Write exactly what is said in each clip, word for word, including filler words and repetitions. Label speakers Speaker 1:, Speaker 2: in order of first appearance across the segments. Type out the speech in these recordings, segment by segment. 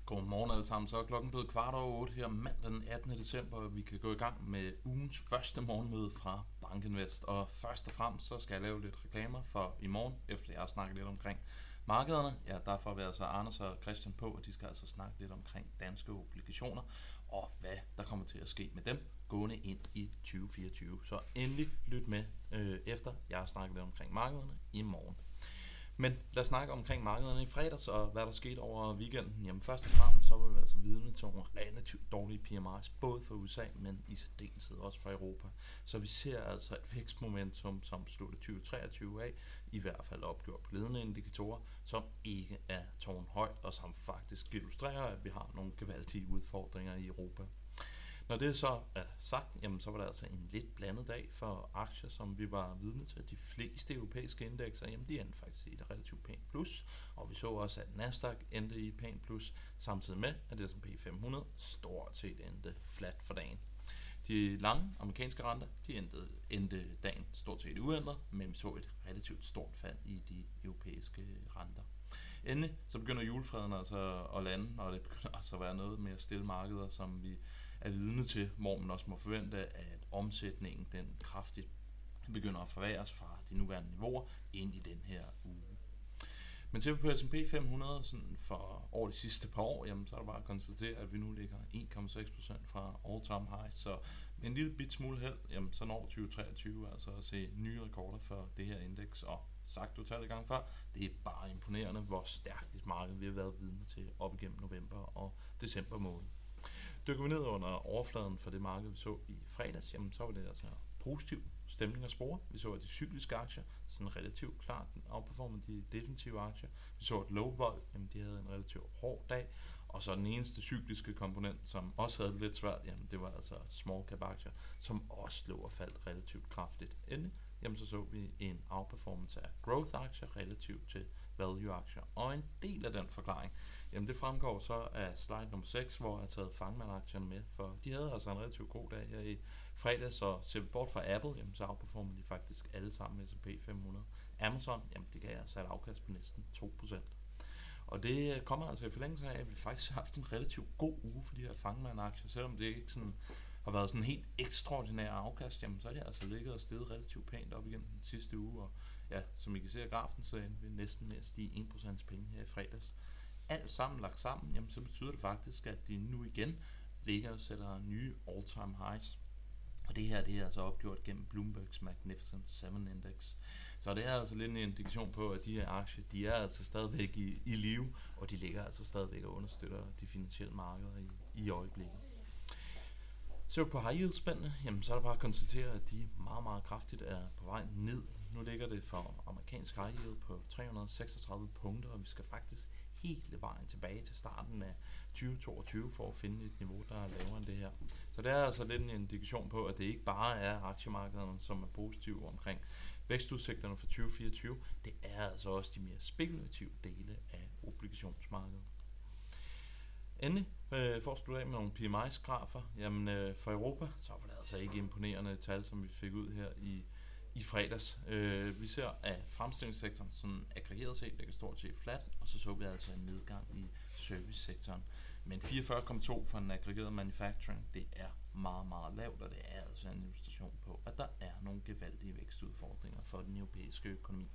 Speaker 1: Godmorgen alle sammen. Så er klokken blevet kvart over otte her mandag den attende december, og vi kan gå i gang med ugens første morgenmøde fra BankInvest. Og først og fremmest så skal jeg lave lidt reklamer for i morgen, efter jeg har snakket lidt omkring markederne. Ja, derfor vil altså Anders og Christian på, og de skal altså snakke lidt omkring danske obligationer, og hvad der kommer til at ske med dem gående ind i tyve fireogtyve. Så endelig lyt med øh, efter jeg har snakket lidt omkring markederne i morgen. Men lad os snakke omkring markederne i fredags, og hvad der skete over weekenden. Jamen først og fremmest så var vi altså vidne til nogle relativt dårlige P M I's, både for U S A, men i særdeleshed også for Europa. Så vi ser altså et vækstmomentum, som slutter tyve treogtyve af, i hvert fald opgjort på ledende indikatorer, som ikke er tårnhøjt, og som faktisk illustrerer, at vi har nogle gevaldige udfordringer i Europa. Når det så er sagt, jamen så var det altså en lidt blandet dag for aktier, som vi var vidne til. De fleste europæiske indekser, jamen de endte faktisk i et relativt pænt plus, og vi så også, at Nasdaq endte i et pænt plus, samtidig med, at det S and P fem hundrede stort set endte flat for dagen. De lange amerikanske renter, de endte, endte dagen stort set uændret, men vi så et relativt stort fald i de europæiske renter. Endelig så begynder julefreden altså at lande, og det begynder altså at være noget mere stille markeder, som vi er vidne til, hvor man også må forvente, at omsætningen den kraftigt begynder at forværres fra de nuværende niveauer ind i den her uge. Men ser vi på S and P fem hundrede sådan for over de sidste par år, jamen, så er det bare at konstatere, at vi nu ligger en komma seks procent fra all-time high, så med en lille bit smule held, jamen, så når tyve treogtyve altså at se nye rekorder for det her indeks, og sagt du tallet gang før, det er bare imponerende, hvor stærkt et marked vi har været vidne til op igennem november og december måned. Dykker vi ned under overfladen for det marked, vi så i fredags, jamen så var det altså positiv stemning at spore. Vi så, at de cykliske aktier sådan relativt klart outperformede de defensive aktier. Vi så, at low vol, jamen de havde en relativt hård dag, og så den eneste cykliske komponent, som også havde det lidt svært, jamen det var altså small cap aktier, som også lå og faldt relativt kraftigt. Endelig, jamen så så vi en outperformance af growth aktier relativt til value aktier. Og en del af den forklaring, jamen det fremgår så af slide nummer seks, hvor jeg har taget Fangman-aktierne med, for de havde altså en relativt god dag her i fredags, så ser vi bort fra Apple, jamen så outperformer de faktisk alle sammen med S and P fem hundrede. Amazon, jamen det gav altså et afkast på næsten to procent. Og det kommer altså i forlængelse af, at vi faktisk har haft en relativt god uge for de her Fangman-aktier, selvom det ikke sådan har været sådan en helt ekstraordinær afkast, jamen så er det altså ligget og steget relativt pænt op igennem den sidste uge, og ja, som I kan se af grafen, så endte vi næsten med at stige en procent penge her i fredags. Alt sammen lagt sammen, jamen så betyder det faktisk, at de nu igen ligger og sætter nye all-time highs. Og det her, det er altså opgjort gennem Bloomberg's Magnificent syv Index. Så det er altså lidt en indikation på, at de her aktier, de er altså stadigvæk i, i live, og de ligger altså stadigvæk og understøtter de finansielle markeder i, i øjeblikket. Så på high yield spændende, jamen så er det bare at konstatere, at de meget, meget kraftigt er på vej ned. Nu ligger det for amerikansk high yield på tre hundrede og seksogtredive punkter, og vi skal faktisk hele vejen tilbage til starten af tyve toogtyve for at finde et niveau, der er lavere end det her. Så det er altså lidt en indikation på, at det ikke bare er aktiemarkederne, som er positive omkring vækstudsigterne for tyve fireogtyve. Det er altså også de mere spekulative dele af obligationsmarkedet. Endelig, øh, for at slutte af med nogle P M I's-grafer, jamen øh, for Europa, så var det altså ikke imponerende tal, som vi fik ud her i, i fredags. Øh, vi ser, at fremstillingssektoren sådan aggregeret set ligger stort set flat, og så så vi altså en nedgang i servicesektoren. Men fireogfyrre komma to for en aggregeret manufacturing, det er meget, meget lavt, og det er altså en illustration på, at der er nogle gevaldige vækstudfordringer for den europæiske økonomi.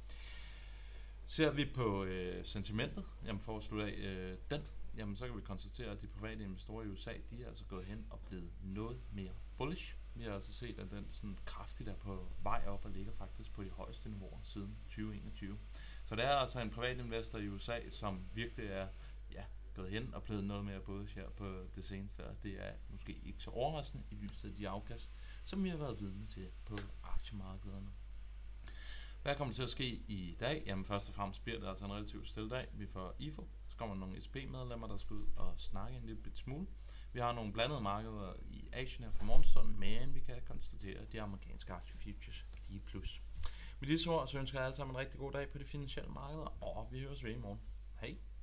Speaker 1: Ser vi på øh, sentimentet, jamen for at slutte af øh, den, jamen så kan vi konstatere, at de private investorer i U S A, de er altså gået hen og blevet noget mere bullish. Vi har altså set, at den sådan kraftigt er på vej op og ligger faktisk på de højeste niveauer siden tyve enogtyve. Så det er altså en privat investor i U S A, som virkelig er ja, gået hen og blevet noget mere bullish her på det seneste, og det er måske ikke så overraskende i lyset af de afkast, som vi har været vidne til på aktiemarkederne. Hvad kommer det til at ske i dag? Jamen først og fremmest bliver det altså en relativt stille dag. Vi får I F O, så kommer nogle S P-medlemmer, der skal ud og snakke en lille bit smule. Vi har nogle blandede markeder i Asien her for morgenstunden, men vi kan konstatere, at de amerikanske aktiefutures, de er plus. Med disse ord, så ønsker jeg alle sammen en rigtig god dag på de finansielle markeder, og vi høres ved i morgen. Hej!